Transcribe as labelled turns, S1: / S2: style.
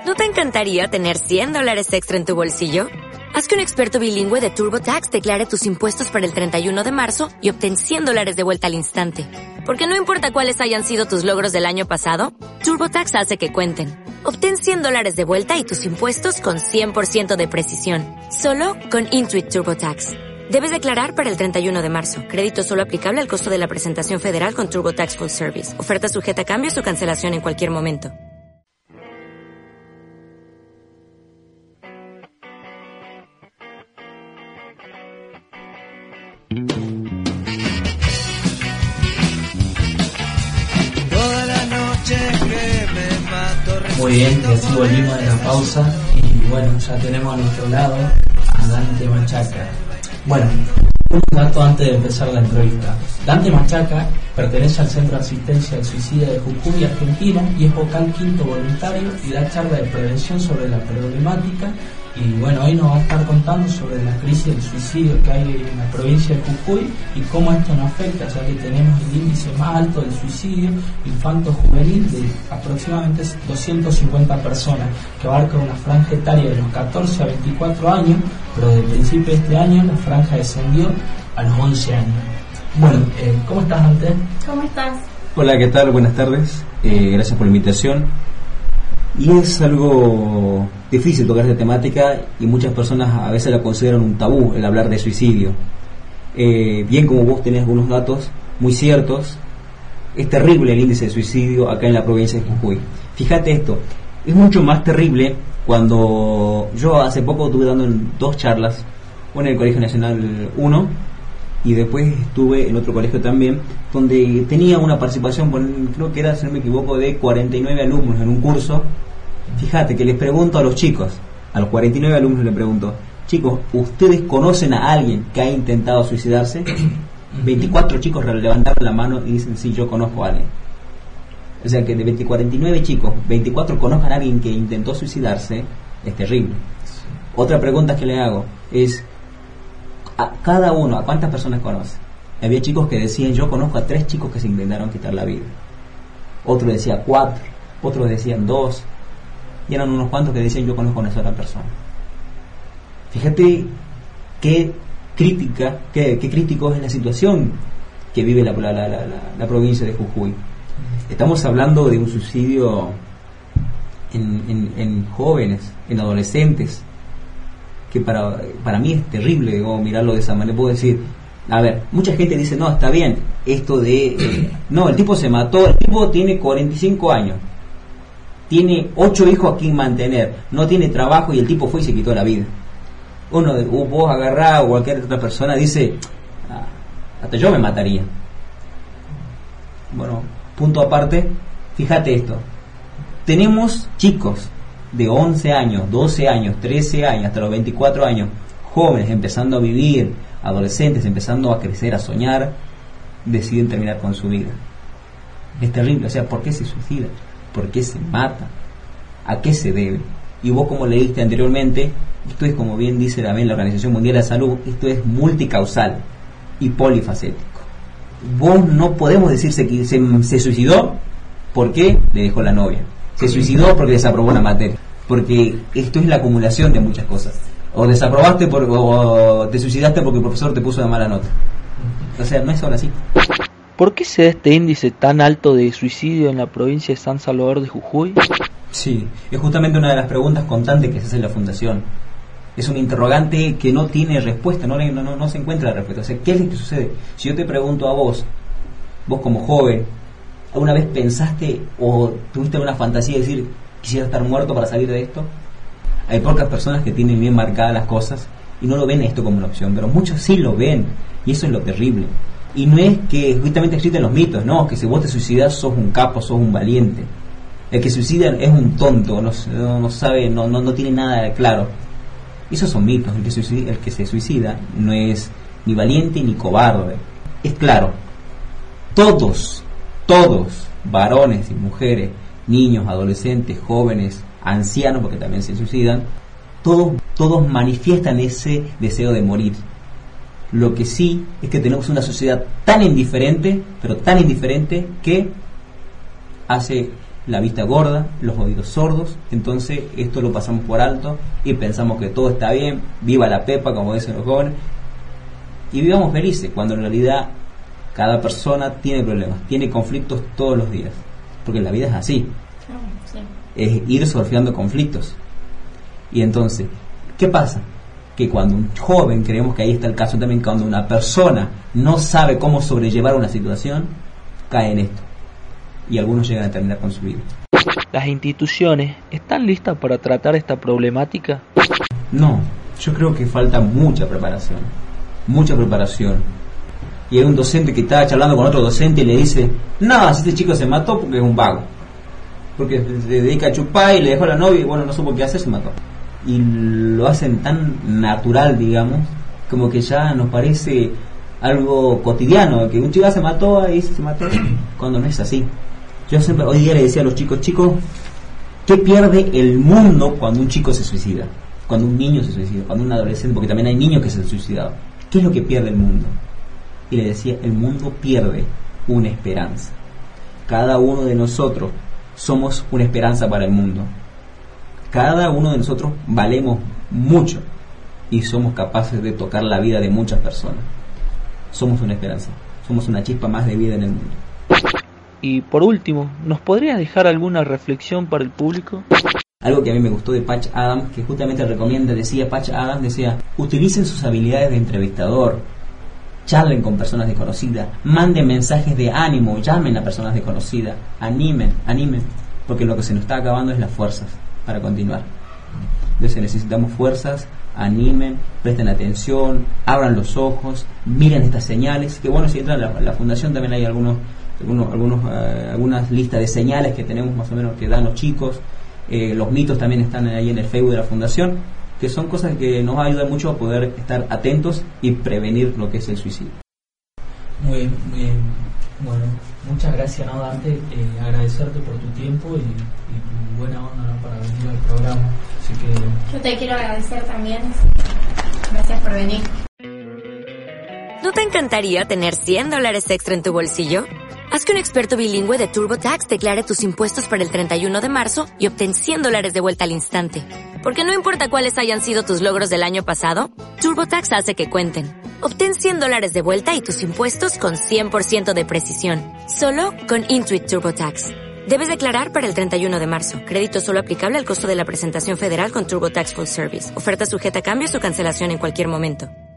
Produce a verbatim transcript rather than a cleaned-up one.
S1: ¿No te encantaría tener cien dólares extra en tu bolsillo? Haz que un experto bilingüe de TurboTax declare tus impuestos para el treinta y uno de marzo y obtén cien dólares de vuelta al instante. Porque no importa cuáles hayan sido tus logros del año pasado, TurboTax hace que cuenten. Obtén cien dólares de vuelta y tus impuestos con cien por ciento de precisión. Solo con Intuit TurboTax. Debes declarar para el treinta y uno de marzo. Crédito solo aplicable al costo de la presentación federal con TurboTax Full Service. Oferta sujeta a cambios o cancelación en cualquier momento.
S2: Muy bien, y así volvimos de la pausa y bueno, ya tenemos a nuestro lado a Dante Machaca. Bueno, un dato antes de empezar la entrevista. Dante Machaca pertenece al Centro de Asistencia al Suicidio de Jujuy, Argentina, y es vocal quinto voluntario y da charla de prevención sobre la problemática. Y bueno, hoy nos va a estar contando sobre la crisis del suicidio que hay en la provincia de Jujuy y cómo esto nos afecta, ya que tenemos el índice más alto de suicidio infanto-juvenil de aproximadamente doscientas cincuenta personas, que abarca una franja etaria de los catorce a veinticuatro años, pero desde el principio de este año la franja descendió a los once años. Bueno, eh, ¿cómo estás, Dante?
S3: ¿Cómo estás?
S4: Hola, ¿qué tal? Buenas tardes. Eh, gracias por la invitación. Y es algo difícil tocar esta temática y muchas personas a veces la consideran un tabú el hablar de suicidio. Eh, bien, como vos tenés algunos datos muy ciertos, es terrible el índice de suicidio acá en la provincia de Jujuy. Fíjate esto, es mucho más terrible cuando yo hace poco estuve dando dos charlas, una en el Colegio Nacional uno y después estuve en otro colegio también, donde tenía una participación, creo que era, si no me equivoco, de cuarenta y nueve alumnos en un curso. Fíjate que les pregunto a los chicos, a los cuarenta y nueve alumnos les pregunto, chicos, ¿ustedes conocen a alguien que ha intentado suicidarse? veinticuatro chicos levantaron la mano y dicen, sí, yo conozco a alguien. O sea que de cuarenta y nueve chicos, veinticuatro conozcan a alguien que intentó suicidarse, es terrible. Otra pregunta que le hago es, a cada uno, ¿a cuántas personas conoce? Había chicos que decían, yo conozco a tres chicos que se intentaron quitar la vida. Otro decía cuatro, otros decían dos, y eran unos cuantos que decían, yo conozco a una sola persona. Fíjate qué crítica, qué, qué crítico es la situación que vive la, la, la, la, la provincia de Jujuy. Estamos hablando de un suicidio en, en, en jóvenes, en adolescentes, que para, para mí es terrible, digo, mirarlo de esa manera. Puedo decir, a ver, mucha gente dice, no, está bien, esto de, eh, no, el tipo se mató, el tipo tiene cuarenta y cinco años, tiene ocho hijos a quien mantener, no tiene trabajo y el tipo fue y se quitó la vida. Uno, vos agarrás o cualquier otra persona dice, ah, hasta yo me mataría. Bueno, punto aparte, fíjate esto, tenemos chicos de once años, doce años, trece años, hasta los veinticuatro años, jóvenes empezando a vivir, adolescentes empezando a crecer, a soñar, deciden terminar con su vida. Es terrible, o sea, ¿por qué se suicida? ¿Por qué se mata? ¿A qué se debe? Y vos, como leíste anteriormente, esto es, como bien dice también la Organización Mundial de la Salud, esto es multicausal y polifacético. Vos no podemos decirse que se, se suicidó porque le dejó la novia, se suicidó porque desaprobó una materia, porque esto es la acumulación de muchas cosas. O desaprobaste por, o te suicidaste porque el profesor te puso una mala nota. O sea, no es ahora así.
S5: ¿Por qué se da este índice tan alto de suicidio en la provincia de San Salvador de Jujuy?
S4: Sí, es justamente una de las preguntas constantes que se hace en la Fundación. Es un interrogante que no tiene respuesta, no, no, no, no se encuentra la respuesta. O sea, ¿qué es lo que sucede? Si yo te pregunto a vos, vos como joven, ¿alguna vez pensaste o tuviste una fantasía de decir, quisiera estar muerto para salir de esto? Hay pocas personas que tienen bien marcadas las cosas y no lo ven esto como una opción, pero muchos sí lo ven, y eso es lo terrible. Y no es que justamente existen los mitos, no, que si vos te suicidas sos un capo, sos un valiente. El que suicida es un tonto, no, no, no sabe, no, no, no tiene nada claro. Esos son mitos. El que, suicida, el que se suicida no es ni valiente ni cobarde. Es claro, todos, todos, varones y mujeres, niños, adolescentes, jóvenes, ancianos, porque también se suicidan, todos, todos manifiestan ese deseo de morir. Lo que sí es que tenemos una sociedad tan indiferente, pero tan indiferente, que hace la vista gorda, los oídos sordos. Entonces esto lo pasamos por alto y pensamos que todo está bien, viva la pepa, como dicen los jóvenes, y vivamos felices, cuando en realidad cada persona tiene problemas, tiene conflictos todos los días, porque la vida es así, sí. Es ir surfeando conflictos. Y entonces, ¿qué pasa? Que cuando un joven, creemos que ahí está el caso también, cuando una persona no sabe cómo sobrellevar una situación, cae en esto, y algunos llegan a terminar con su vida.
S5: ¿Las instituciones están listas para tratar esta problemática?
S4: No, yo creo que falta mucha preparación, mucha preparación. Y hay un docente que estaba charlando con otro docente y le dice: no, si este chico se mató porque es un vago, porque se dedica a chupar y le dejó a la novia y bueno, no supo qué hacer, se mató. Y lo hacen tan natural, digamos, como que ya nos parece algo cotidiano, que un chico se mató y se mató, cuando no es así. Yo siempre, hoy día le decía a los chicos, chicos, ¿qué pierde el mundo cuando un chico se suicida? Cuando un niño se suicida, cuando un adolescente, porque también hay niños que se han suicidado. ¿Qué es lo que pierde el mundo? Y le decía, el mundo pierde una esperanza. Cada uno de nosotros somos una esperanza para el mundo. Cada uno de nosotros valemos mucho y somos capaces de tocar la vida de muchas personas. Somos una esperanza, somos una chispa más de vida en el mundo.
S5: Y por último, ¿nos podrías dejar alguna reflexión para el público?
S4: Algo que a mí me gustó de Patch Adams, que justamente recomienda, decía Patch Adams, decía, utilicen sus habilidades de entrevistador, charlen con personas desconocidas, manden mensajes de ánimo, llamen a personas desconocidas, animen, animen, porque lo que se nos está acabando es las fuerzas para continuar. Entonces necesitamos fuerzas, animen, presten atención, abran los ojos, miren estas señales, que bueno, si entran a la, la fundación también hay algunos, algunos, algunos uh, algunas listas de señales que tenemos más o menos que dan los chicos, eh, los mitos también están ahí en el Facebook de la fundación, que son cosas que nos ayudan mucho a poder estar atentos y prevenir lo que es el suicidio.
S2: Muy bien, muy bien. Bueno, muchas gracias, ¿no, Dante? Eh, agradecerte por tu tiempo y, y tu buena onda, ¿no?, para venir al programa. Así que...
S3: Yo te quiero agradecer también. Gracias por venir.
S1: ¿No te encantaría tener cien dólares extra en tu bolsillo? Haz que un experto bilingüe de TurboTax declare tus impuestos para el treinta y uno de marzo y obtén cien dólares de vuelta al instante. Porque no importa cuáles hayan sido tus logros del año pasado, TurboTax hace que cuenten. Obtén cien dólares de vuelta y tus impuestos con cien por ciento de precisión. Solo con Intuit TurboTax. Debes declarar para el treinta y uno de marzo. Crédito solo aplicable al costo de la presentación federal con TurboTax Full Service. Oferta sujeta a cambios o cancelación en cualquier momento.